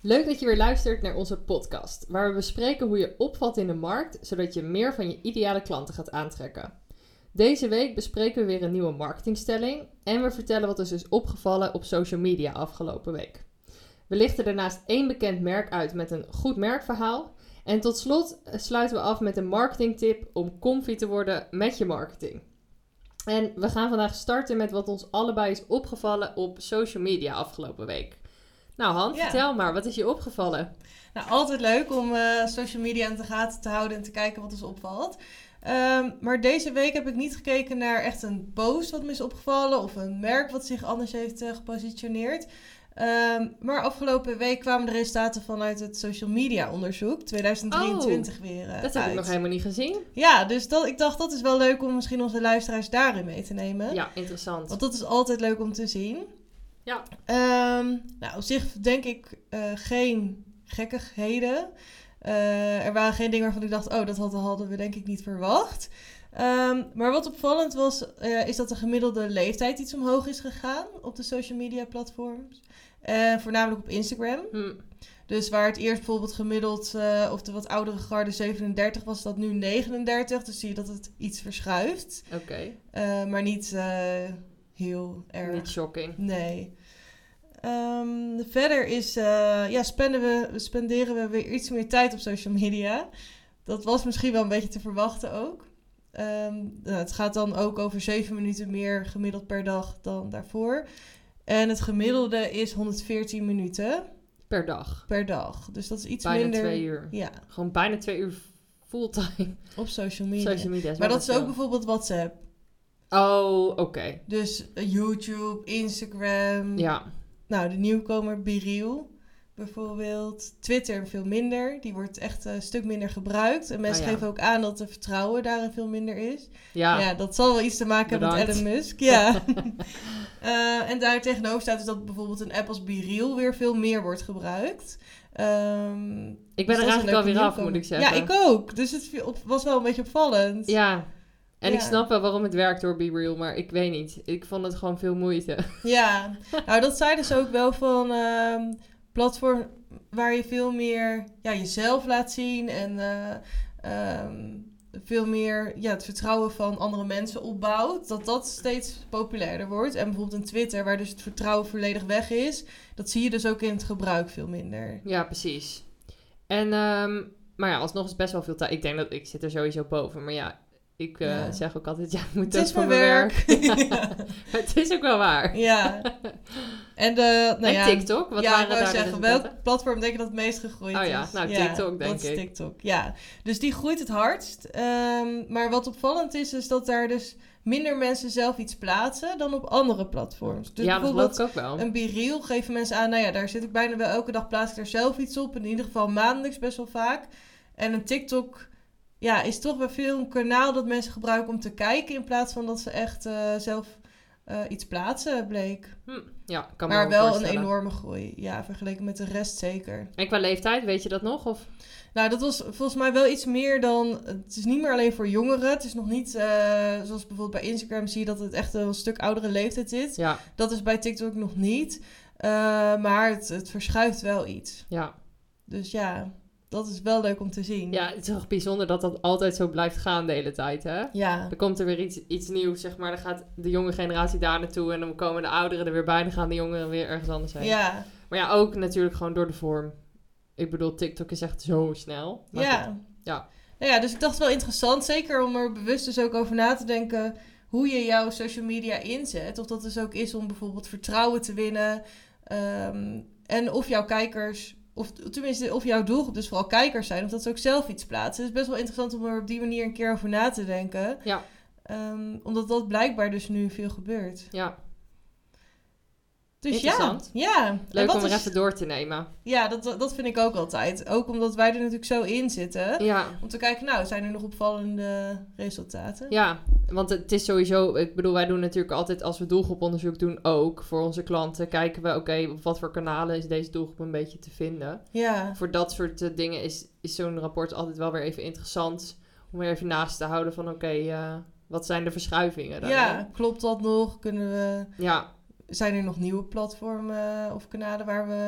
Leuk dat je weer luistert naar onze podcast, waar we bespreken hoe je opvalt in de markt, zodat je meer van je ideale klanten gaat aantrekken. Deze week bespreken we weer een nieuwe marketingstelling en we vertellen wat ons is opgevallen op social media afgelopen week. We lichten daarnaast 1 bekend merk uit met een goed merkverhaal. En tot slot sluiten we af met een marketingtip om comfy te worden met je marketing. En we gaan vandaag starten met wat ons allebei is opgevallen op social media afgelopen week. Nou Han, vertel maar, wat is je opgevallen? Nou, altijd leuk om social media in de gaten te houden en te kijken wat ons opvalt. Maar deze week heb ik niet gekeken naar echt een post wat me is opgevallen of een merk wat zich anders heeft gepositioneerd. Maar afgelopen week kwamen de resultaten vanuit het social media onderzoek 2023 weer dat heb ik nog helemaal niet gezien. Ja, dus ik dacht dat is wel leuk om misschien onze luisteraars daarin mee te nemen. Ja, interessant. Want dat is altijd leuk om te zien. Ja. Nou, op zich denk ik geen gekkigheden. Er waren geen dingen waarvan ik dacht, dat hadden we denk ik niet verwacht. Maar wat opvallend was, is dat de gemiddelde leeftijd iets omhoog is gegaan op de social media platforms. Voornamelijk op Instagram. Dus waar het eerst bijvoorbeeld gemiddeld, of de wat oudere garde 37 was, dat nu 39. Dus zie je dat het iets verschuift. Oké. Maar niet heel erg. Niet shocking. Nee. Verder is, spenderen we weer iets meer tijd op social media. Dat was misschien wel een beetje te verwachten ook. Het gaat dan ook over 7 minuten meer gemiddeld per dag dan daarvoor. En het gemiddelde is 114 minuten. Per dag. Dus dat is iets bijna minder. 2 uur. Ja. Gewoon bijna 2 uur fulltime. Op social media. Is maar dat is ook bijvoorbeeld WhatsApp. Oh, oké. Dus YouTube, Instagram. Ja. Nou, de nieuwkomer BeReal bijvoorbeeld. Twitter veel minder. Die wordt echt een stuk minder gebruikt. En mensen geven ook aan dat het vertrouwen daarin veel minder is. Ja, dat zal wel iets te maken hebben met Elon Musk. Ja. En daar tegenover staat dus dat bijvoorbeeld een app als BeReal weer veel meer wordt gebruikt. Ik ben er eigenlijk wel weer af, moet ik zeggen. Ja, ik ook. Dus het was wel een beetje opvallend. Ja. En ik snap wel waarom het werkt door BeReal, maar ik weet niet. Ik vond het gewoon veel moeite. Ja, nou dat zeiden ze ook wel van platform waar je veel meer jezelf laat zien en veel meer het vertrouwen van andere mensen opbouwt. Dat steeds populairder wordt. En bijvoorbeeld een Twitter, waar dus het vertrouwen volledig weg is. Dat zie je dus ook in het gebruik veel minder. Ja, precies. En, maar ja, alsnog is best wel veel tijd. Ik denk dat ik zit er sowieso boven, maar ja. Ik zeg ook altijd, ik moet dat voor mijn werk. Het is ook wel waar. Ja. En TikTok? Wat waren daar zeggen, welk platform denk je dat het meest gegroeid is? Oh ja, nou TikTok denk ik. Dat is TikTok, ja. Dus die groeit het hardst. Maar wat opvallend is dat daar dus minder mensen zelf iets plaatsen dan op andere platforms. Dus dat geloof ik ook wel. Een BeReal geven mensen aan, daar zit ik bijna wel elke dag, plaats ik er zelf iets op. In ieder geval maandelijks best wel vaak. En een TikTok is toch wel veel een kanaal dat mensen gebruiken om te kijken in plaats van dat ze echt zelf iets plaatsen, bleek. Ja, kan me maar wel voorstellen. Een enorme groei. Ja, vergeleken met de rest zeker. En qua leeftijd, weet je dat nog? Of? Nou, dat was volgens mij wel iets meer dan. Het is niet meer alleen voor jongeren. Het is nog niet zoals bijvoorbeeld bij Instagram zie je dat het echt een stuk oudere leeftijd zit. Ja. Dat is bij TikTok nog niet. Maar het verschuift wel iets. Ja. Dus ja. Dat is wel leuk om te zien. Ja, het is toch bijzonder dat dat altijd zo blijft gaan de hele tijd, hè? Ja. Dan komt er weer iets nieuws, zeg maar. Dan gaat de jonge generatie daar naartoe en dan komen de ouderen er weer bij. Dan gaan de jongeren weer ergens anders heen. Ja. Maar ja, ook natuurlijk gewoon door de vorm. Ik bedoel, TikTok is echt zo snel. Maar ja. Ja. Nou ja, dus ik dacht wel interessant. Zeker om er bewust dus ook over na te denken hoe je jouw social media inzet. Of dat dus ook is om bijvoorbeeld vertrouwen te winnen. En of jouw kijkers... Of tenminste, of jouw doelgroep dus vooral kijkers zijn. Of dat ze ook zelf iets plaatsen. Het is best wel interessant om er op die manier een keer over na te denken. Ja. Omdat dat blijkbaar dus nu veel gebeurt. Ja. Dus interessant. Ja. Leuk om er even door te nemen. Ja, dat vind ik ook altijd. Ook omdat wij er natuurlijk zo in zitten. Ja. Om te kijken, zijn er nog opvallende resultaten? Ja, want het is sowieso... Ik bedoel, wij doen natuurlijk altijd, als we doelgroeponderzoek doen ook, voor onze klanten, kijken we, op wat voor kanalen is deze doelgroep een beetje te vinden. Ja. Voor dat soort dingen is zo'n rapport altijd wel weer even interessant om er even naast te houden van, wat zijn de verschuivingen daarin? Ja, klopt dat nog? Ja. Zijn er nog nieuwe platformen of kanalen waar we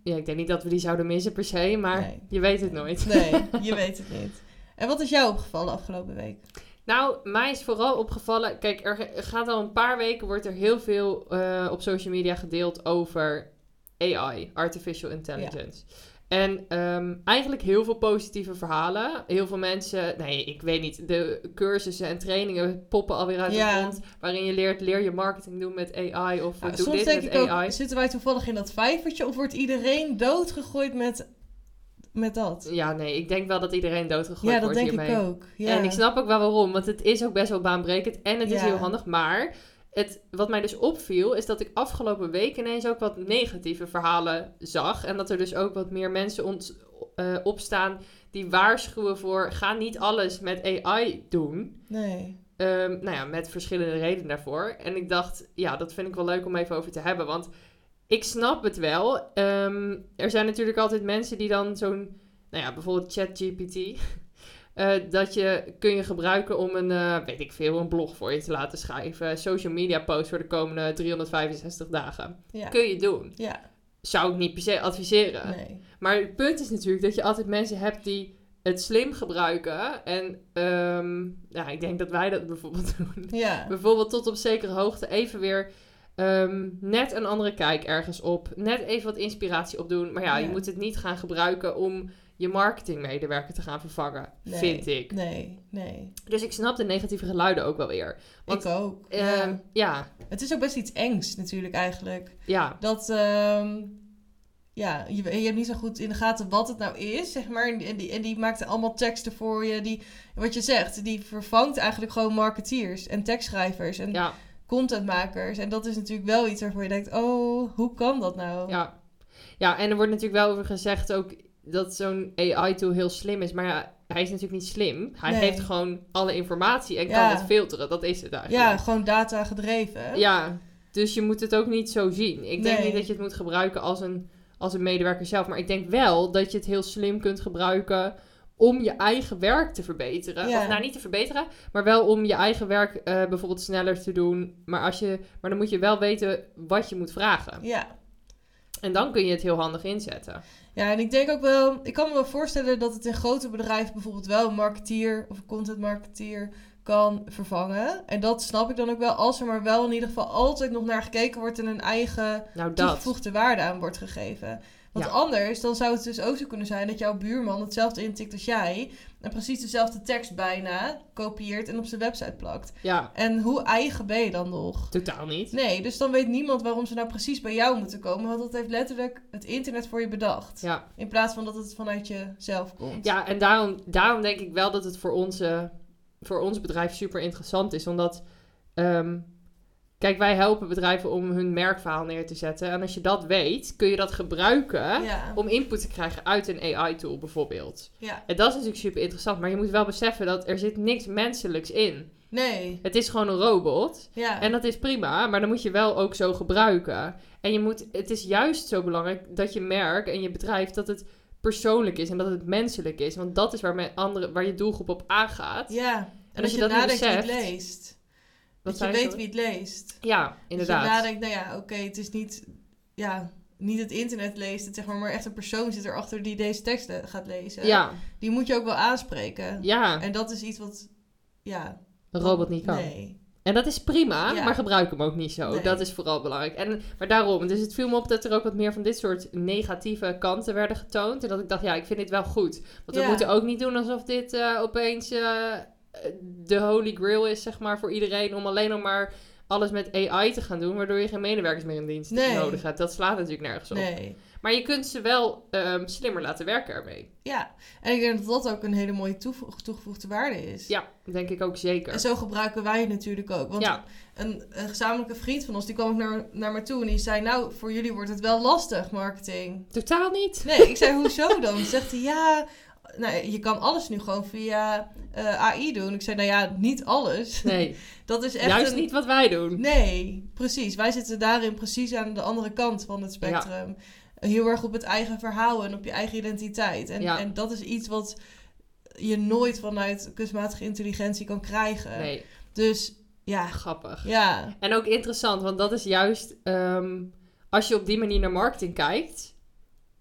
Ja, ik denk niet dat we die zouden missen per se, maar Nee. je weet het nooit. Nee, je weet het niet. En wat is jou opgevallen afgelopen week? Nou, mij is vooral opgevallen... Kijk, er gaat al een paar weken... wordt er heel veel op social media gedeeld over AI, Artificial Intelligence. En eigenlijk heel veel positieve verhalen. Heel veel mensen... Nee, ik weet niet. De cursussen en trainingen poppen alweer uit de grond. Waarin je leer je marketing doen met AI. Of doe soms dit denk met ik AI. ook, zitten wij toevallig in dat vijvertje? Of wordt iedereen doodgegooid met dat? Ja, nee. Ik denk wel dat iedereen doodgegooid wordt hiermee. Ja, dat denk ik ook. Ja. En ik snap ook wel waarom. Want het is ook best wel baanbrekend. En het is heel handig. Maar wat mij dus opviel... is dat ik afgelopen week ineens ook wat negatieve verhalen zag. En dat er dus ook wat meer mensen opstaan... die waarschuwen voor... ga niet alles met AI doen. Nee. Met verschillende redenen daarvoor. En ik dacht... ja, dat vind ik wel leuk om even over te hebben. Want... ik snap het wel. Er zijn natuurlijk altijd mensen die dan zo'n... nou ja, bijvoorbeeld ChatGPT... kun je gebruiken om een blog voor je te laten schrijven. Social media post voor de komende 365 dagen. Ja. Kun je doen. Ja. Zou ik niet per se adviseren. Nee. Maar het punt is natuurlijk dat je altijd mensen hebt die het slim gebruiken. En ik denk dat wij dat bijvoorbeeld doen. Ja. Bijvoorbeeld tot op zekere hoogte even weer... net een andere kijk ergens op. Net even wat inspiratie opdoen. Maar je moet het niet gaan gebruiken om je marketingmedewerker te gaan vervangen. Nee, vind ik. Nee. Dus ik snap de negatieve geluiden ook wel weer. Want, ik ook. Ja. Het is ook best iets engs natuurlijk eigenlijk. Ja. Dat... je hebt niet zo goed in de gaten wat het nou is, zeg maar. En die maakt allemaal teksten voor je. Wat je zegt, die vervangt eigenlijk gewoon marketeers en tekstschrijvers en contentmakers. En dat is natuurlijk wel iets waarvan je denkt, oh, hoe kan dat nou? Ja, en er wordt natuurlijk wel over gezegd ook dat zo'n AI-tool heel slim is. Maar ja, hij is natuurlijk niet slim. Hij heeft gewoon alle informatie en kan het filteren. Dat is het eigenlijk. Ja, gewoon data gedreven. Ja, dus je moet het ook niet zo zien. Ik denk niet dat je het moet gebruiken als een medewerker zelf. Maar ik denk wel dat je het heel slim kunt gebruiken om je eigen werk te verbeteren. Ja. Of nou, niet te verbeteren, maar wel om je eigen werk bijvoorbeeld sneller te doen. Maar dan moet je wel weten wat je moet vragen. Ja. En dan kun je het heel handig inzetten. Ja, en ik denk ook wel... Ik kan me wel voorstellen dat het in grote bedrijven bijvoorbeeld wel een marketeer of een content marketeer kan vervangen. En dat snap ik dan ook wel, als er maar wel in ieder geval altijd nog naar gekeken wordt en een eigen toegevoegde waarde aan wordt gegeven. Want anders, dan zou het dus ook zo kunnen zijn dat jouw buurman hetzelfde intikt als jij en precies dezelfde tekst bijna kopieert en op zijn website plakt. Ja. En hoe eigen ben je dan nog? Totaal niet. Nee, dus dan weet niemand waarom ze nou precies bij jou moeten komen, want dat heeft letterlijk het internet voor je bedacht. Ja. In plaats van dat het vanuit jezelf komt. Ja, en daarom denk ik wel dat het voor ons bedrijf super interessant is, omdat... Kijk, wij helpen bedrijven om hun merkverhaal neer te zetten. En als je dat weet, kun je dat gebruiken om input te krijgen uit een AI-tool bijvoorbeeld. Ja. En dat is natuurlijk super interessant. Maar je moet wel beseffen dat er zit niks menselijks in. Nee. Het is gewoon een robot. Ja. En dat is prima, maar dan moet je wel ook zo gebruiken. En het is juist zo belangrijk dat je merk en je bedrijf, dat het persoonlijk is en dat het menselijk is. Want dat is waar je doelgroep op aangaat. Ja. En als je dat niet beseft... wie het leest. Dat je weet wie het leest. Ja, inderdaad. Dat je nadenkt, nou ja, oké, het is niet het internet leest het, zeg maar echt een persoon zit erachter die deze teksten gaat lezen. Ja. Die moet je ook wel aanspreken. Ja. En dat is iets wat, een robot niet kan. Nee. En dat is prima, maar gebruik hem ook niet zo. Nee. Dat is vooral belangrijk. Maar daarom, dus het viel me op dat er ook wat meer van dit soort negatieve kanten werden getoond. En dat ik dacht, ik vind dit wel goed. Want we moeten ook niet doen alsof dit opeens de holy grail is, zeg maar, voor iedereen. Om alleen nog maar alles met AI te gaan doen, waardoor je geen medewerkers meer in dienst nodig hebt. Dat slaat natuurlijk nergens op. Nee. Maar je kunt ze wel slimmer laten werken ermee. Ja, en ik denk dat dat ook een hele mooie toegevoegde waarde is. Ja, denk ik ook zeker. En zo gebruiken wij het natuurlijk ook. Want een gezamenlijke vriend van ons, die kwam ook naar me toe en die zei, nou, voor jullie wordt het wel lastig, marketing. Totaal niet. Nee, ik zei, hoezo dan? Zegt hij, je kan alles nu gewoon via AI doen. Ik zei, niet alles. Nee, dat is echt juist niet wat wij doen. Nee, precies. Wij zitten daarin precies aan de andere kant van het spectrum. Ja. Heel erg op het eigen verhaal en op je eigen identiteit. En dat is iets wat je nooit vanuit kunstmatige intelligentie kan krijgen. Nee. Dus ja. Grappig. Ja. En ook interessant, want dat is juist... als je op die manier naar marketing kijkt...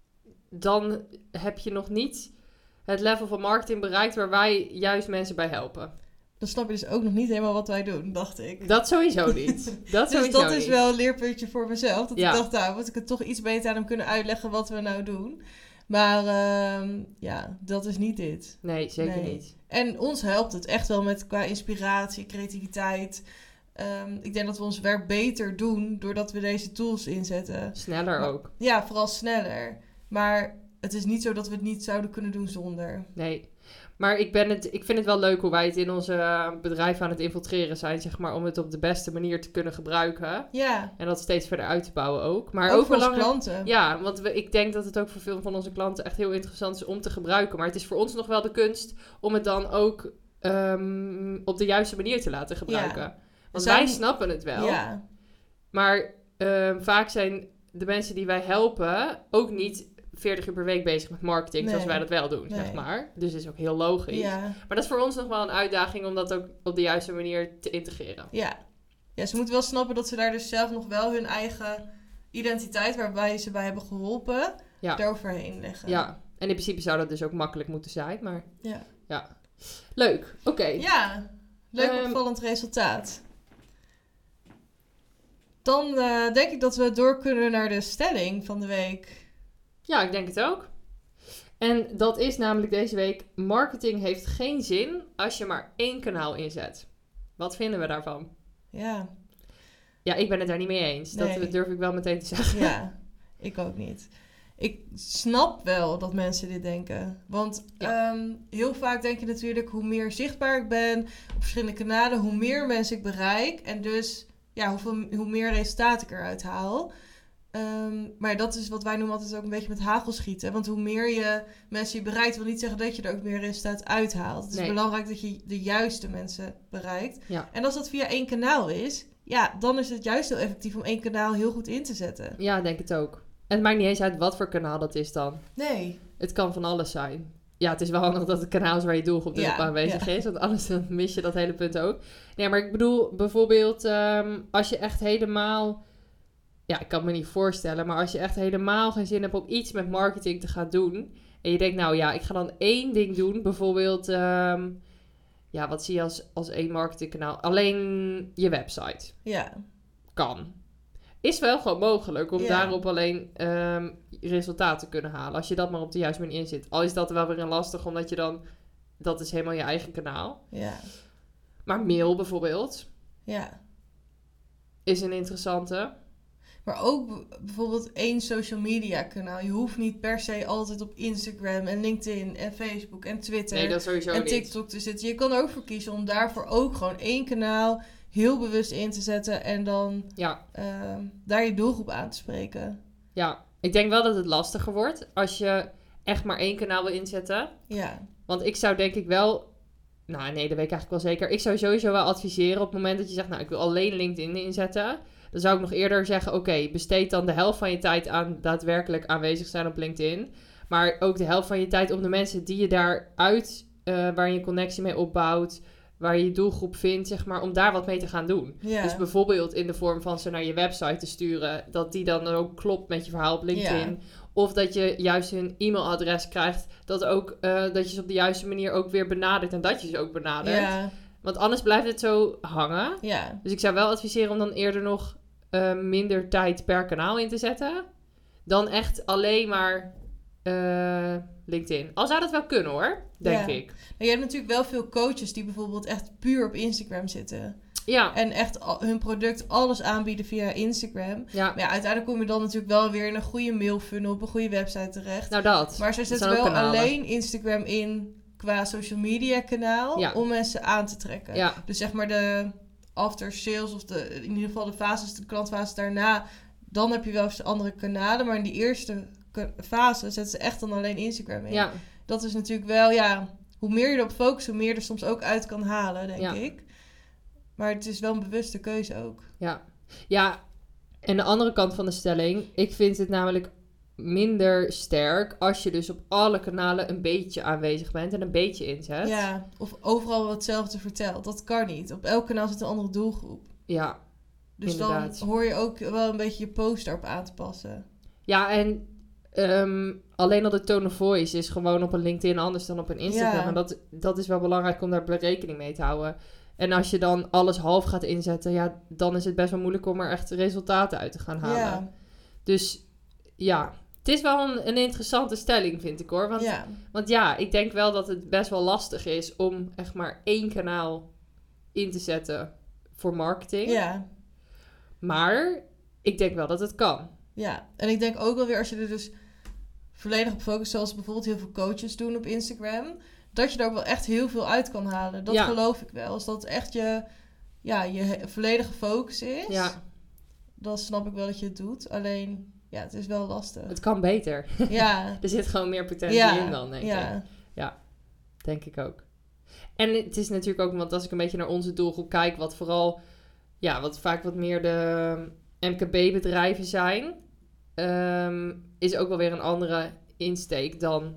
dan heb je nog niet het level van marketing bereikt waar wij juist mensen bij helpen. Dan snap je dus ook nog niet helemaal wat wij doen, dacht ik. Dat sowieso niet. Dus dat is wel een leerpuntje voor mezelf. Dat ik dacht, nou, moet ik het toch iets beter aan hem kunnen uitleggen wat we nou doen. Maar dat is niet dit. Nee, zeker niet. En ons helpt het echt wel met qua inspiratie, creativiteit. Ik denk dat we ons werk beter doen doordat we deze tools inzetten. Sneller ook. Ja, vooral sneller. Maar het is niet zo dat we het niet zouden kunnen doen zonder. Nee. Maar ik vind het wel leuk hoe wij het in onze bedrijf aan het infiltreren zijn, zeg maar, om het op de beste manier te kunnen gebruiken. Ja. En dat steeds verder uit te bouwen ook. Maar ook voor onze klanten. Ja, want ik denk dat het ook voor veel van onze klanten echt heel interessant is om te gebruiken. Maar het is voor ons nog wel de kunst om het dan ook op de juiste manier te laten gebruiken. Ja. Want wij snappen het wel. Ja. Maar vaak zijn de mensen die wij helpen ook niet 40 uur per week bezig met marketing, zoals wij dat wel doen, zeg maar. Dus dat is ook heel logisch. Ja. Maar dat is voor ons nog wel een uitdaging om dat ook op de juiste manier te integreren. Ja. Ja, ze moeten wel snappen dat ze daar dus zelf nog wel hun eigen identiteit, waarbij ze bij hebben geholpen, eroverheen leggen. Ja, en in principe zou dat dus ook makkelijk moeten zijn, maar ja. Leuk, oké. Ja, leuk opvallend resultaat. Dan denk ik dat we door kunnen naar de stelling van de week. Ja, ik denk het ook. En dat is namelijk deze week: marketing heeft geen zin als je maar 1 kanaal inzet. Wat vinden we daarvan? Ja. Ja, ik ben het daar niet mee eens. Nee. Dat durf ik wel meteen te zeggen. Ja, ik ook niet. Ik snap wel dat mensen dit denken. Want heel vaak denk je natuurlijk, hoe meer zichtbaar ik ben op verschillende kanalen, hoe meer mensen ik bereik. En dus hoe meer resultaat ik eruit haal. Maar dat is wat wij noemen altijd ook een beetje met hagelschieten. Want hoe meer je mensen je bereikt, wil niet zeggen dat je er ook meer resultaat uithaalt. Het is belangrijk dat je de juiste mensen bereikt. Ja. En als dat via 1 kanaal is, dan is het juist heel effectief om 1 kanaal heel goed in te zetten. Ja, ik denk het ook. En het maakt niet eens uit wat voor kanaal dat is dan. Nee. Het kan van alles zijn. Ja, het is wel handig dat het kanaal is waar je doelgroep dus op aanwezig is. Want anders dan mis je dat hele punt ook. Nee, maar ik bedoel bijvoorbeeld als je echt helemaal... Ja, ik kan het me niet voorstellen. Maar als je echt helemaal geen zin hebt om iets met marketing te gaan doen. En je denkt, nou ja, ik ga dan 1 ding doen. Bijvoorbeeld, wat zie je als 1 marketingkanaal? Alleen je website. Ja. Kan. Is wel gewoon mogelijk om daarop alleen resultaten te kunnen halen. Als je dat maar op de juiste manier inzet. Al is dat wel weer een lastig, omdat je dan... Dat is helemaal je eigen kanaal. Ja. Maar mail bijvoorbeeld. Ja. Is een interessante. Maar ook bijvoorbeeld 1 social media kanaal. Je hoeft niet per se altijd op Instagram en LinkedIn en Facebook en Twitter en TikTok te zitten. Je kan er ook voor kiezen om daarvoor ook gewoon 1 kanaal heel bewust in te zetten en dan daar je doelgroep aan te spreken. Ja, ik denk wel dat het lastiger wordt als je echt maar 1 kanaal wil inzetten. Ja. Want ik zou denk ik wel... Nou nee, dat weet ik eigenlijk wel zeker. Ik zou sowieso wel adviseren op het moment dat je zegt... Nou, ik wil alleen LinkedIn inzetten... Dan zou ik nog eerder zeggen, oké, besteed dan de helft van je tijd aan daadwerkelijk aanwezig zijn op LinkedIn. Maar ook de helft van je tijd om de mensen die je daaruit, waar je een connectie mee opbouwt, waar je je doelgroep vindt, zeg maar, om daar wat mee te gaan doen. Yeah. Dus bijvoorbeeld in de vorm van ze naar je website te sturen, dat die dan ook klopt met je verhaal op LinkedIn. Yeah. Of dat je juist hun e-mailadres krijgt, dat je ze op de juiste manier ook weer benadert en dat je ze ook benadert. Yeah. Want anders blijft het zo hangen. Yeah. Dus ik zou wel adviseren om dan eerder nog minder tijd per kanaal in te zetten. Dan echt alleen maar LinkedIn. Al zou dat wel kunnen hoor, denk ik. Maar je hebt natuurlijk wel veel coaches die bijvoorbeeld echt puur op Instagram zitten. Ja. En echt hun product alles aanbieden via Instagram. Ja. Maar uiteindelijk kom je dan natuurlijk wel weer in een goede mailfunnel op een goede website terecht. Nou dat. Maar ze zetten wel alleen Instagram in qua social media kanaal om mensen aan te trekken. Ja. Dus zeg maar de after sales of in ieder geval de klantfase daarna, dan heb je wel eens andere kanalen. Maar in die eerste fase zetten ze echt dan alleen Instagram in. Ja. Dat is natuurlijk wel, hoe meer je erop focust, hoe meer je er soms ook uit kan halen, denk ik. Maar het is wel een bewuste keuze ook. Ja, en de andere kant van de stelling, ik vind het namelijk minder sterk als je dus op alle kanalen een beetje aanwezig bent en een beetje inzet. Ja, of overal hetzelfde vertelt. Dat kan niet. Op elk kanaal zit een andere doelgroep. Ja, dus inderdaad. Dan hoor je ook wel een beetje je post daarop aan te passen. Ja, en Alleen al de tone of voice is gewoon op een LinkedIn anders dan op een Instagram. Ja. En dat is wel belangrijk om daar rekening mee te houden. En als je dan alles half gaat inzetten, ja, dan is het best wel moeilijk om er echt resultaten uit te gaan halen. Ja. Dus ja, het is wel een interessante stelling, vind ik hoor. Want ja, ik denk wel dat het best wel lastig is om echt maar 1 kanaal in te zetten voor marketing. Ja. Maar ik denk wel dat het kan. Ja, en ik denk ook wel weer als je er dus volledig op focust, zoals bijvoorbeeld heel veel coaches doen op Instagram, dat je er ook wel echt heel veel uit kan halen. Dat geloof ik wel. Als dat echt je volledige focus is, dan snap ik wel dat je het doet. Alleen, ja, het is wel lastig. Het kan beter. Ja. Er zit gewoon meer potentie in dan, denk ik. Ja, denk ik ook. En het is natuurlijk ook, want als ik een beetje naar onze doelgroep kijk, wat vooral, wat vaak wat meer de MKB-bedrijven zijn, is ook wel weer een andere insteek dan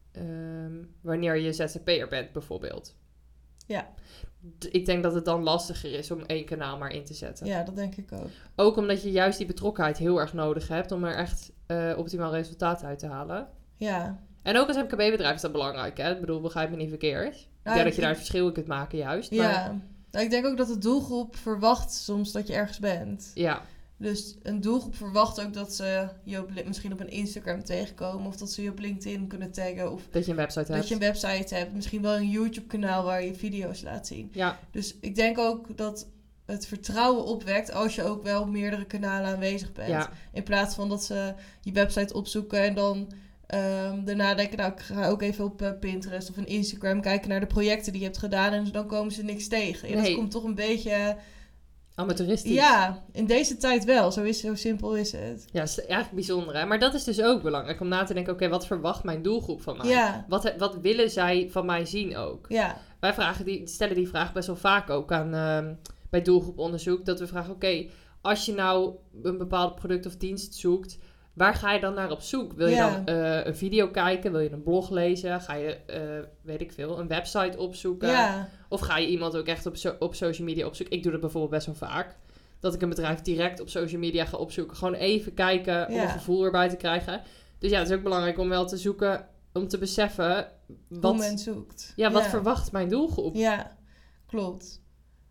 wanneer je ZZP'er bent, bijvoorbeeld. Ja. Ik denk dat het dan lastiger is om 1 kanaal maar in te zetten. Ja, dat denk ik ook. Ook omdat je juist die betrokkenheid heel erg nodig hebt om er echt optimaal resultaat uit te halen. Ja. En ook als MKB-bedrijf is dat belangrijk, hè? Ik bedoel, begrijp me niet verkeerd. Ik denk dat je daar het verschil in kunt maken, juist. Ja. Maar ik denk ook dat de doelgroep verwacht soms dat je ergens bent. Ja. Dus een doelgroep verwacht ook dat ze je misschien op een Instagram tegenkomen. Of dat ze je op LinkedIn kunnen taggen. Of dat je een website hebt. Dat je een website hebt. Misschien wel een YouTube-kanaal waar je video's laat zien. Ja. Dus ik denk ook dat het vertrouwen opwekt als je ook wel op meerdere kanalen aanwezig bent. Ja. In plaats van dat ze je website opzoeken en dan daarna denken, nou, ik ga ook even op Pinterest of een Instagram kijken naar de projecten die je hebt gedaan. En dan komen ze niks tegen. Ja, dat komt toch een beetje amateuristisch. Ja, in deze tijd wel. Zo simpel is het. Ja, het is eigenlijk bijzonder, hè? Maar dat is dus ook belangrijk om na te denken, oké, wat verwacht mijn doelgroep van mij? Ja. Wat willen zij van mij zien ook? Ja. Wij stellen die vraag best wel vaak ook aan bij doelgroeponderzoek. Dat we vragen, oké, als je nou een bepaald product of dienst zoekt, waar ga je dan naar op zoek? Wil je dan een video kijken? Wil je een blog lezen? Ga je, weet ik veel, een website opzoeken? Ja. Of ga je iemand ook echt op social media opzoeken? Ik doe dat bijvoorbeeld best wel vaak. Dat ik een bedrijf direct op social media ga opzoeken. Gewoon even kijken om een gevoel erbij te krijgen. Dus ja, het is ook belangrijk om wel te zoeken, om te beseffen hoe men zoekt. Ja, wat verwacht mijn doelgroep? Ja, klopt.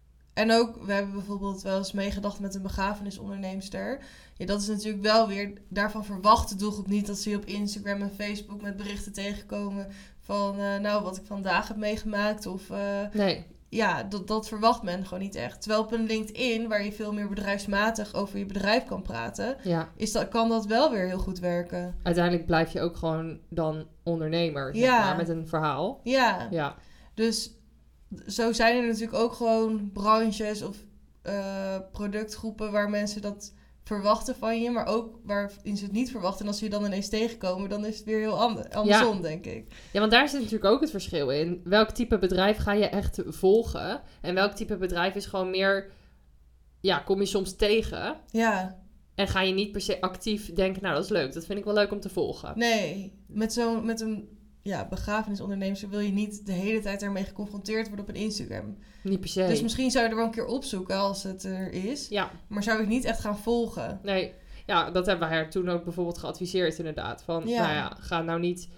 En ook, we hebben bijvoorbeeld wel eens meegedacht met een begrafenisonderneemster. Ja, dat is natuurlijk wel weer, daarvan verwacht de doelgroep niet dat ze je op Instagram en Facebook met berichten tegenkomen van, nou, wat ik vandaag heb meegemaakt. Of, nee. Ja, dat verwacht men gewoon niet echt. Terwijl op een LinkedIn, waar je veel meer bedrijfsmatig over je bedrijf kan praten, kan dat wel weer heel goed werken. Uiteindelijk blijf je ook gewoon dan ondernemer, zeg maar, met een verhaal. Ja. Dus zo zijn er natuurlijk ook gewoon branches of productgroepen waar mensen dat verwachten van je, maar ook waarin ze het niet verwachten. En als ze je dan ineens tegenkomen, dan is het weer heel andersom, denk ik. Ja, want daar zit natuurlijk ook het verschil in. Welk type bedrijf ga je echt volgen? En welk type bedrijf is gewoon meer, kom je soms tegen? Ja. En ga je niet per se actief denken, nou, dat is leuk. Dat vind ik wel leuk om te volgen. Nee, met een begrafenisondernemer wil je niet de hele tijd daarmee geconfronteerd worden op een Instagram. Niet per se. Dus misschien zou je er wel een keer opzoeken als het er is. Ja. Maar zou je het niet echt gaan volgen. Nee, ja, dat hebben wij haar toen ook bijvoorbeeld geadviseerd inderdaad. Van, ga nou niet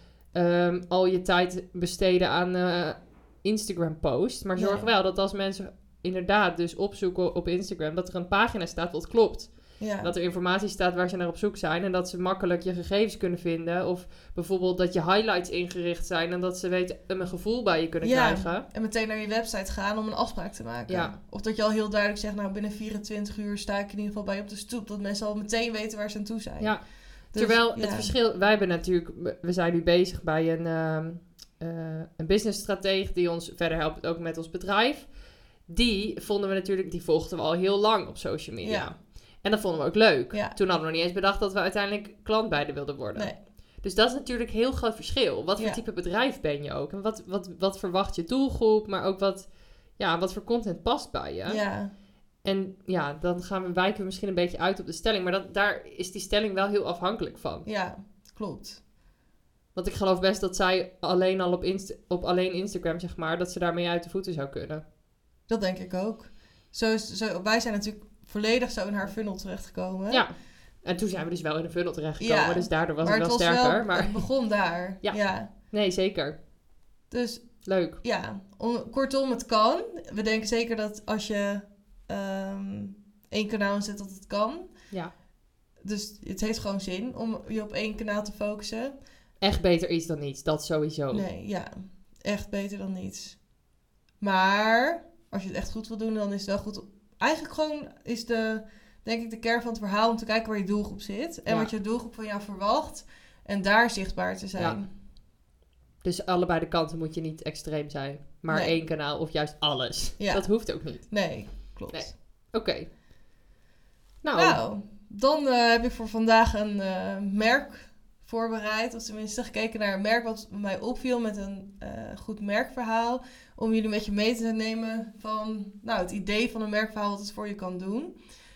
al je tijd besteden aan Instagram post. Maar zorg wel dat als mensen inderdaad dus opzoeken op Instagram, dat er een pagina staat wat klopt. Ja. Dat er informatie staat waar ze naar op zoek zijn. En dat ze makkelijk je gegevens kunnen vinden. Of bijvoorbeeld dat je highlights ingericht zijn. En dat ze weten een gevoel bij je kunnen krijgen. En meteen naar je website gaan om een afspraak te maken. Ja. Of dat je al heel duidelijk zegt, nou binnen 24 uur sta ik in ieder geval bij je op de stoep. Dat mensen al meteen weten waar ze aan toe zijn. Ja. Dus, terwijl het verschil, wij hebben natuurlijk, we zijn nu bezig bij een businessstratege die ons verder helpt ook met ons bedrijf. Die volgden we al heel lang op social media. Ja. En dat vonden we ook leuk. Ja. Toen hadden we nog niet eens bedacht dat we uiteindelijk klant bij de wilden worden. Nee. Dus dat is natuurlijk een heel groot verschil. Wat voor type bedrijf ben je ook? En wat verwacht je doelgroep? Maar ook wat voor content past bij je? Ja. En dan wijken we misschien een beetje uit op de stelling. Maar daar is die stelling wel heel afhankelijk van. Ja, klopt. Want ik geloof best dat zij alleen al op alleen Instagram, zeg maar, dat ze daarmee uit de voeten zou kunnen. Dat denk ik ook. Wij zijn natuurlijk volledig zo in haar funnel terechtgekomen. Ja. En toen zijn we dus wel in een funnel terechtgekomen. Ja, Dus daardoor was maar het wel was sterker. Maar het begon daar. Ja. Ja. nee, zeker. Dus Leuk. ja, kortom, het kan. We denken zeker dat als je 1 kanaal zet, dat het kan. Ja. Dus het heeft gewoon zin om je op 1 kanaal te focussen. Echt beter iets dan niets. Dat sowieso. Nee, ja. Echt beter dan niets. Maar als je het echt goed wil doen, dan is het wel goed. Eigenlijk gewoon is denk ik de kern van het verhaal om te kijken waar je doelgroep zit. En wat je doelgroep van jou verwacht. En daar zichtbaar te zijn. Ja. Dus allebei de kanten moet je niet extreem zijn. Maar 1 kanaal of juist alles. Ja. Dat hoeft ook niet. Nee, klopt. Nee. Oké. Nou, dan heb ik voor vandaag een merk voorbereid. Of tenminste gekeken naar een merk wat mij opviel met een goed merkverhaal. Om jullie een beetje mee te nemen van het idee van een merkverhaal wat het voor je kan doen.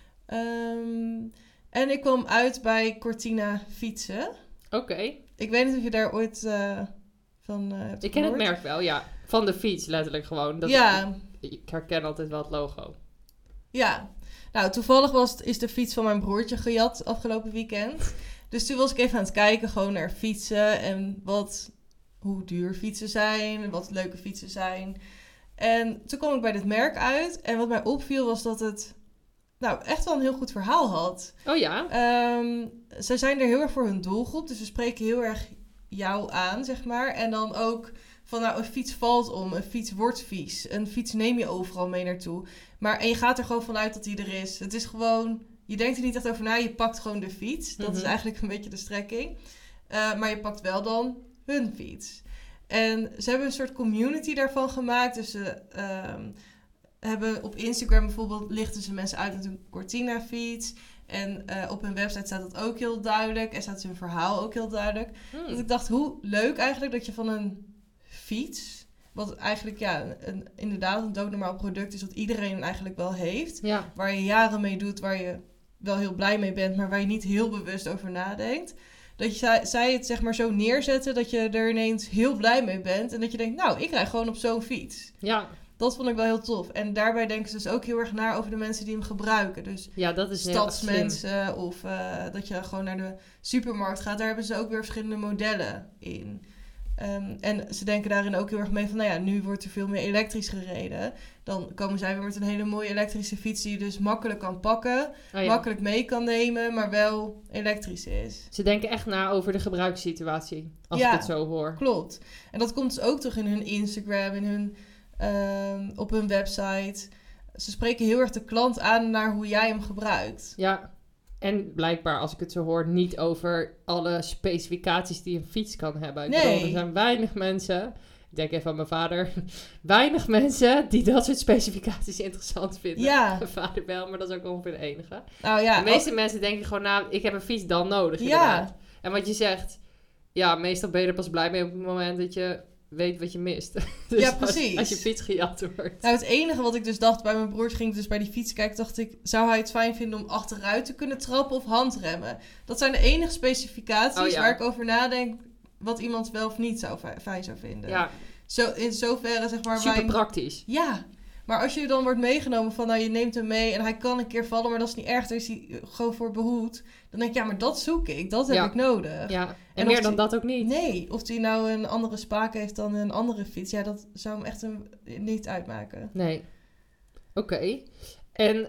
En ik kwam uit bij Cortina Fietsen. Oké. Ik weet niet of je daar ooit van hebt Ik ken gehoord. het merk wel, ja. Van de fiets, letterlijk gewoon. Ik herken altijd wel het logo. Ja. Nou, toevallig is de fiets van mijn broertje gejat afgelopen weekend. Dus toen was ik even aan het kijken gewoon naar fietsen en hoe duur fietsen zijn, wat leuke fietsen zijn. En toen kwam ik bij dit merk uit en wat mij opviel was dat het echt wel een heel goed verhaal had. Oh ja? Ze zijn er heel erg voor hun doelgroep, dus ze spreken heel erg jou aan, zeg maar. En dan ook van een fiets valt om, een fiets wordt vies, een fiets neem je overal mee naartoe. En je gaat er gewoon vanuit dat die er is. Het is gewoon, je denkt er niet echt over na, je pakt gewoon de fiets. Dat is eigenlijk een beetje de strekking. Maar je pakt wel dan hun fiets. En ze hebben een soort community daarvan gemaakt. Dus ze hebben op Instagram bijvoorbeeld, lichten ze mensen uit met een Cortina fiets. En op hun website staat dat ook heel duidelijk. En staat hun verhaal ook heel duidelijk. Dus ik dacht, hoe leuk eigenlijk dat je van een fiets, wat eigenlijk inderdaad een doodnormaal product is, wat iedereen eigenlijk wel heeft. Ja. Waar je jaren mee doet, waar je wel heel blij mee bent, maar waar je niet heel bewust over nadenkt. Dat zij het zeg maar zo neerzetten dat je er ineens heel blij mee bent. En dat je denkt, ik rijd gewoon op zo'n fiets. Ja. Dat vond ik wel heel tof. En daarbij denken ze dus ook heel erg na over de mensen die hem gebruiken. Dus dat is stadsmensen of dat je gewoon naar de supermarkt gaat. Daar hebben ze ook weer verschillende modellen in. En ze denken daarin ook heel erg mee van, nu wordt er veel meer elektrisch gereden. Dan komen zij weer met een hele mooie elektrische fiets die je dus makkelijk kan pakken. Makkelijk mee kan nemen, maar wel elektrisch is. Ze denken echt na over de gebruikssituatie, als ik het zo hoor. Klopt. En dat komt dus ook terug in hun Instagram, in hun, op hun website. Ze spreken heel erg de klant aan naar hoe jij hem gebruikt. Ja. En blijkbaar, als ik het zo hoor, niet over alle specificaties die een fiets kan hebben. Ik bedoel, er zijn weinig mensen, ik denk even aan mijn vader, weinig mensen die dat soort specificaties interessant vinden. Ja. Mijn vader wel, maar dat is ook ongeveer de enige. De meeste mensen denken gewoon, ik heb een fiets dan nodig, inderdaad. En wat je zegt, meestal ben je er pas blij mee op het moment dat je weet wat je mist. Dus precies. Als je fiets gejat wordt. Het enige wat ik dus dacht bij mijn broertje, ging ik dus bij die fiets kijken, dacht ik, zou hij het fijn vinden om achteruit te kunnen trappen of handremmen? Dat zijn de enige specificaties waar ik over nadenk wat iemand wel of niet fijn zou vinden. Ja. In zoverre zeg maar... Super praktisch. Ja. Maar als je dan wordt meegenomen van, je neemt hem mee en hij kan een keer vallen, maar dat is niet erg, daar is hij gewoon voor behoed. Dan denk ik, maar dat zoek ik, dat heb ik nodig. Ja, en meer dan dat ook niet. Nee, of hij nou een andere spaak heeft dan een andere fiets, dat zou hem echt niet uitmaken. Nee. Oké. En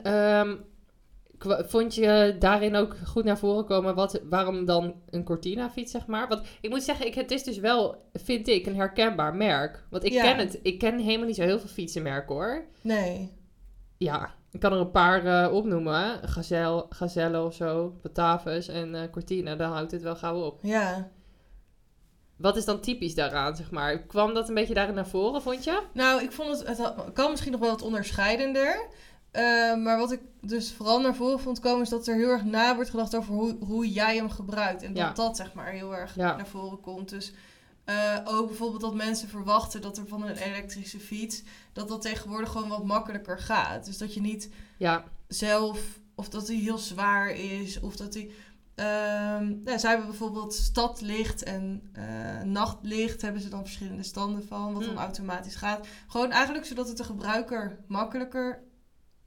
vond je daarin ook goed naar voren komen waarom dan een Cortina fiets, zeg maar? Want ik moet zeggen, het is dus wel, vind ik, een herkenbaar merk. Want ik ken helemaal niet zo heel veel fietsenmerken, hoor. Nee. Ja, ik kan er een paar opnoemen. Gazelle of zo, Batavus en Cortina, dan houdt het wel gauw op. Ja. Wat is dan typisch daaraan, zeg maar? Kwam dat een beetje daarin naar voren, vond je? Nou, ik vond het kan misschien nog wel wat onderscheidender. Maar wat ik dus vooral naar voren vond komen, is dat er heel erg na wordt gedacht over hoe jij hem gebruikt. En dat zeg maar heel erg naar voren komt. Dus ook bijvoorbeeld dat mensen verwachten dat er van een elektrische fiets, dat tegenwoordig gewoon wat makkelijker gaat. Dus dat je niet zelf, of dat hij heel zwaar is, of dat hij... zij hebben bijvoorbeeld stadlicht en nachtlicht, hebben ze dan verschillende standen van, wat dan automatisch gaat. Gewoon eigenlijk zodat het de gebruiker makkelijker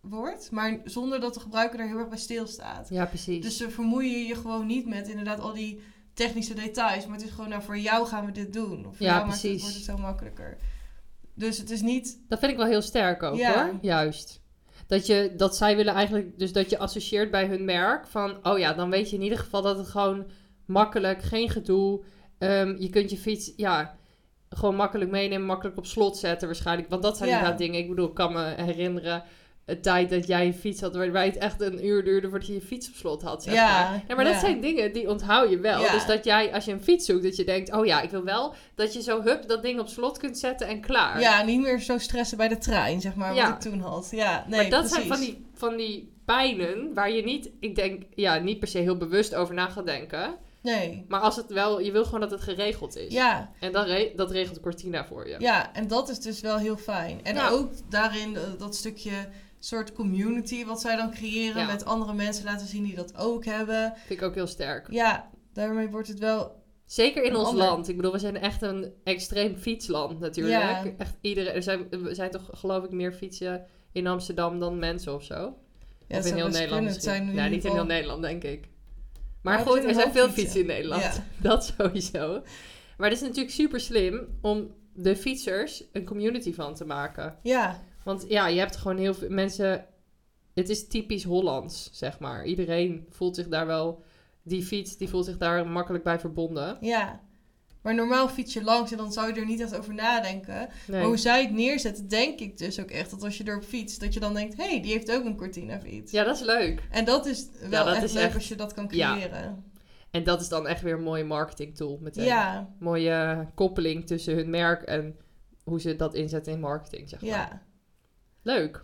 wordt, maar zonder dat de gebruiker er heel erg bij stilstaat. Ja, precies. Dus ze vermoeien je gewoon niet met inderdaad al die technische details, maar het is gewoon, nou, voor jou gaan we dit doen. Of voor jou wordt het zo makkelijker. Dus het is niet... Dat vind ik wel heel sterk ook, hoor. Juist. Dat zij willen eigenlijk, dus dat je associeert bij hun merk van, oh ja, dan weet je in ieder geval dat het gewoon makkelijk, geen gedoe. Je kunt je fiets, gewoon makkelijk meenemen, makkelijk op slot zetten waarschijnlijk. Want dat zijn inderdaad dingen. Ik bedoel, ik kan me herinneren het tijd dat jij een fiets had waarbij het echt een uur duurde voordat je je fiets op slot had, zeg maar. Ja, maar dat zijn dingen die onthoud je wel. Ja. Dus dat jij, als je een fiets zoekt, dat je denkt, oh ja, ik wil wel dat je zo dat ding op slot kunt zetten en klaar. Ja, niet meer zo stressen bij de trein, zeg maar, wat ik toen had. Ja, nee, maar dat precies. zijn van die pijnen waar je niet, ik denk, niet per se heel bewust over na gaat denken. Nee. Maar als het wel, je wil gewoon dat het geregeld is. Ja. En dat regelt Cortina voor je. Ja, en dat is dus wel heel fijn. En ook daarin dat stukje soort community wat zij dan creëren met andere mensen laten zien die dat ook hebben. Vind ik ook heel sterk. Ja, daarmee wordt het wel... Zeker in ons land. Ik bedoel, we zijn echt een extreem fietsland natuurlijk. Ja. Echt iedereen. Er zijn toch geloof ik meer fietsen in Amsterdam dan mensen of zo. Ja, of in heel Nederland misschien. Ja, niet in heel Nederland denk ik. Maar goed, er zijn veel fietsen in Nederland. Ja. Dat sowieso. Maar het is natuurlijk super slim om de fietsers een community van te maken. Ja. Want je hebt gewoon heel veel mensen... Het is typisch Hollands, zeg maar. Iedereen voelt zich daar wel... Die voelt zich daar makkelijk bij verbonden. Ja. Maar normaal fiets je langs en dan zou je er niet echt over nadenken. Nee. Maar hoe zij het neerzetten, denk ik dus ook echt... dat als je erop fietst, dat je dan denkt... hé, die heeft ook een Cortina fiets. Ja, dat is leuk. En dat is wel echt leuk als je dat kan creëren. Ja. En dat is dan echt weer een mooie marketing tool meteen. Ja. Mooie koppeling tussen hun merk en hoe ze dat inzetten in marketing, zeg maar. Ja. Leuk.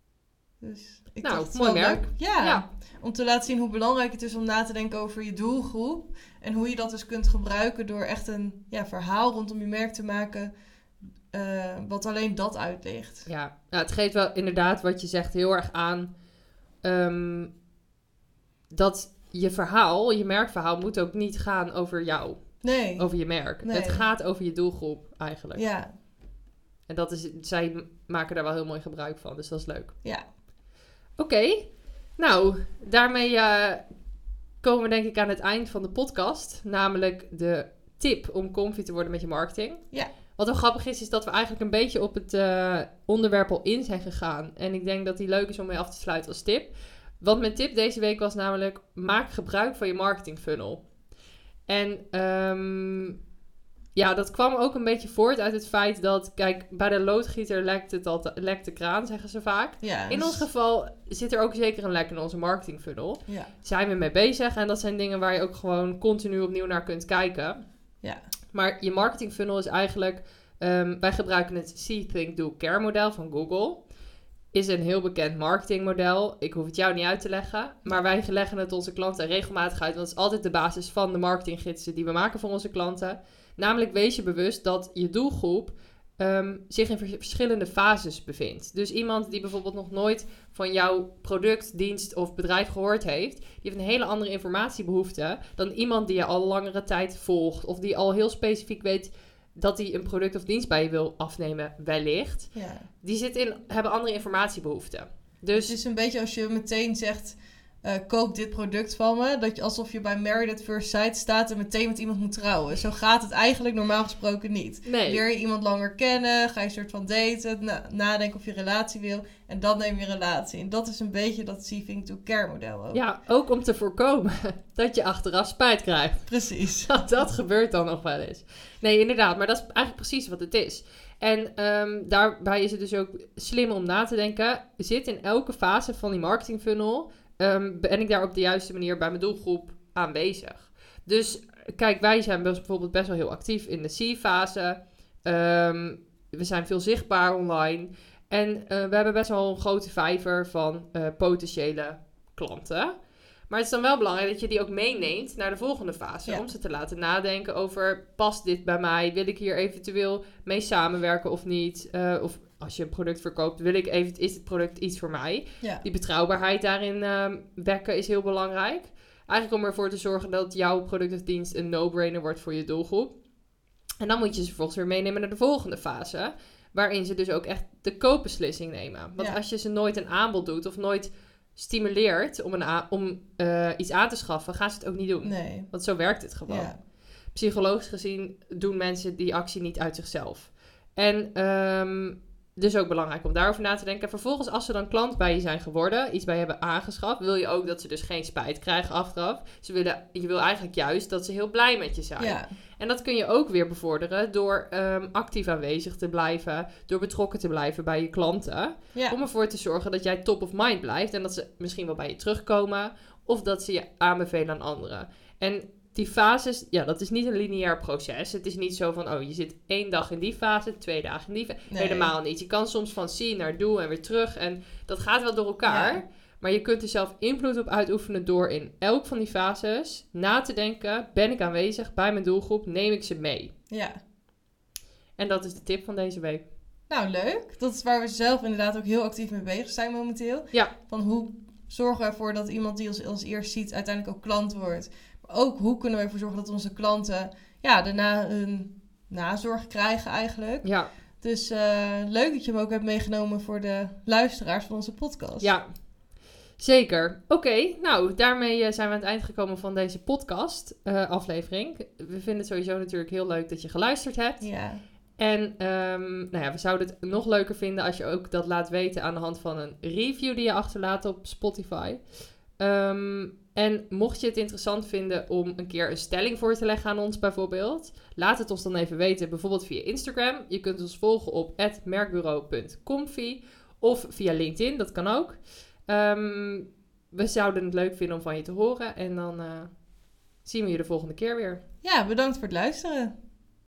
Dus ik mooi merk. Ja. Om te laten zien hoe belangrijk het is om na te denken over je doelgroep. En hoe je dat dus kunt gebruiken door echt een verhaal rondom je merk te maken. Wat alleen dat uitlicht. Ja, het geeft wel inderdaad wat je zegt heel erg aan. Dat je merkverhaal moet ook niet gaan over jou. Nee. Over je merk. Nee. Het gaat over je doelgroep eigenlijk. Ja. En zij maken daar wel heel mooi gebruik van. Dus dat is leuk. Ja. Oké. Nou, daarmee komen we denk ik aan het eind van de podcast. Namelijk de tip om comfy te worden met je marketing. Ja. Wat wel grappig is dat we eigenlijk een beetje op het onderwerp al in zijn gegaan. En ik denk dat die leuk is om mee af te sluiten als tip. Want mijn tip deze week was namelijk... maak gebruik van je marketing funnel. En dat kwam ook een beetje voort uit het feit dat... Kijk, bij de loodgieter lekt de kraan, zeggen ze vaak. Ja, in ons geval zit er ook zeker een lek in onze marketing funnel. Ja. Zijn we mee bezig. En dat zijn dingen waar je ook gewoon continu opnieuw naar kunt kijken. Ja. Maar je marketing funnel is eigenlijk... wij gebruiken het See, Think, Do, Care model van Google... is een heel bekend marketingmodel. Ik hoef het jou niet uit te leggen. Maar wij leggen het onze klanten regelmatig uit. Want het is altijd de basis van de marketinggidsen die we maken voor onze klanten. Namelijk wees je bewust dat je doelgroep zich in verschillende fases bevindt. Dus iemand die bijvoorbeeld nog nooit van jouw product, dienst of bedrijf gehoord heeft... die heeft een hele andere informatiebehoefte dan iemand die je al langere tijd volgt. Of die al heel specifiek weet... dat hij een product of dienst bij je wil afnemen, wellicht. Ja. Die hebben andere informatiebehoeften. Dus het is een beetje als je meteen zegt... koop dit product van me. Dat je alsof je bij Married at First Sight staat... en meteen met iemand moet trouwen. Zo gaat het eigenlijk normaal gesproken niet. Nee. Leer je iemand langer kennen... ga je een soort van daten... nadenken of je relatie wil... en dan neem je een relatie. En dat is een beetje dat See, Think, Do, Care model ook. Ja, ook om te voorkomen dat je achteraf spijt krijgt. Precies. Dat gebeurt dan nog wel eens. Nee, inderdaad. Maar dat is eigenlijk precies wat het is. En daarbij is het dus ook slim om na te denken... zit in elke fase van die marketing funnel... ben ik daar op de juiste manier bij mijn doelgroep aanwezig. Dus kijk, wij zijn bijvoorbeeld best wel heel actief in de C-fase. We zijn veel zichtbaar online. En we hebben best wel een grote vijver van potentiële klanten. Maar het is dan wel belangrijk dat je die ook meeneemt naar de volgende fase. Ja. Om ze te laten nadenken over, past dit bij mij? Wil ik hier eventueel mee samenwerken of niet? Of als je een product verkoopt, is het product iets voor mij? Ja. Die betrouwbaarheid daarin wekken is heel belangrijk. Eigenlijk om ervoor te zorgen dat jouw product of dienst een no-brainer wordt voor je doelgroep. En dan moet je ze vervolgens weer meenemen naar de volgende fase. waarin ze dus ook echt de koopbeslissing nemen. Want als je ze nooit een aanbod doet of nooit stimuleert om iets aan te schaffen, gaan ze het ook niet doen. Nee. Want zo werkt het gewoon. Ja. Psychologisch gezien doen mensen die actie niet uit zichzelf. En dus ook belangrijk om daarover na te denken. En vervolgens, als ze dan klant bij je zijn geworden, iets bij je hebben aangeschaft, wil je ook dat ze dus geen spijt krijgen achteraf. Je wil eigenlijk juist dat ze heel blij met je zijn. Ja. En dat kun je ook weer bevorderen door actief aanwezig te blijven, door betrokken te blijven bij je klanten. Ja. Om ervoor te zorgen dat jij top of mind blijft en dat ze misschien wel bij je terugkomen of dat ze je aanbevelen aan anderen. En die fases, ja, dat is niet een lineair proces. Het is niet zo van, je zit 1 dag in die fase, 2 dagen in die fase. Nee. Helemaal niet. Je kan soms van see naar do en weer terug. En dat gaat wel door elkaar. Ja. Maar je kunt er zelf invloed op uitoefenen door in elk van die fases na te denken. Ben ik aanwezig bij mijn doelgroep? Neem ik ze mee? Ja. En dat is de tip van deze week. Nou, leuk. Dat is waar we zelf inderdaad ook heel actief mee bezig zijn momenteel. Ja. Van hoe zorgen we ervoor dat iemand die ons als eerst ziet uiteindelijk ook klant wordt. Ook hoe kunnen we ervoor zorgen dat onze klanten daarna hun nazorg krijgen eigenlijk. Ja. Dus leuk dat je hem ook hebt meegenomen voor de luisteraars van onze podcast. Ja, zeker. Oké, nou daarmee zijn we aan het eind gekomen van deze podcast aflevering. We vinden het sowieso natuurlijk heel leuk dat je geluisterd hebt. Ja. En we zouden het nog leuker vinden als je ook dat laat weten aan de hand van een review die je achterlaat op Spotify. En mocht je het interessant vinden om een keer een stelling voor te leggen aan ons bijvoorbeeld, laat het ons dan even weten, bijvoorbeeld via Instagram. Je kunt ons volgen op @merkbureau.comfy of via LinkedIn, dat kan ook. We zouden het leuk vinden om van je te horen en dan zien we je de volgende keer weer. Ja, bedankt voor het luisteren.